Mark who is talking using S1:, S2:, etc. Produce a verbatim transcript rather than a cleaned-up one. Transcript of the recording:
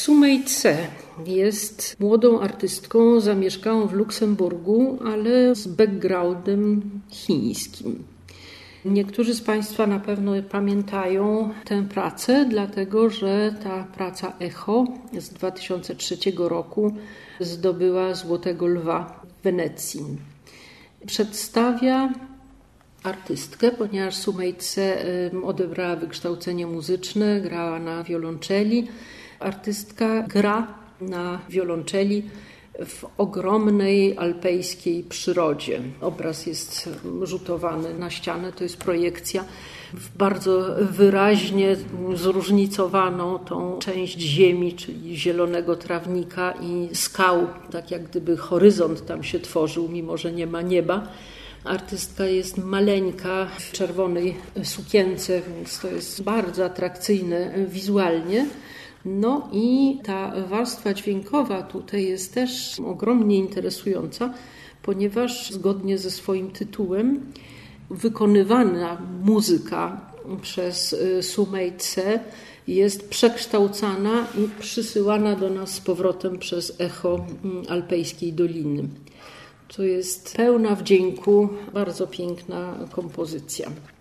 S1: Sumei Tse jest młodą artystką zamieszkałą w Luksemburgu, ale z backgroundem chińskim. Niektórzy z Państwa na pewno pamiętają tę pracę, dlatego że ta praca Echo z dwa tysiące trzeciego roku zdobyła Złotego Lwa w Wenecji. Przedstawia artystkę, ponieważ Sumei Tse odebrała wykształcenie muzyczne, grała na wiolonczeli. Artystka gra na wiolonczeli w ogromnej alpejskiej przyrodzie. Obraz jest rzutowany na ścianę, to jest projekcja w bardzo wyraźnie zróżnicowaną tą część ziemi, czyli zielonego trawnika i skał, tak jak gdyby horyzont tam się tworzył, mimo że nie ma nieba. Artystka jest maleńka w czerwonej sukience, więc to jest bardzo atrakcyjne wizualnie. No i ta warstwa dźwiękowa tutaj jest też ogromnie interesująca, ponieważ zgodnie ze swoim tytułem wykonywana muzyka przez Sumei Tse jest przekształcana i przysyłana do nas z powrotem przez echo alpejskiej doliny. To jest pełna wdzięku, bardzo piękna kompozycja.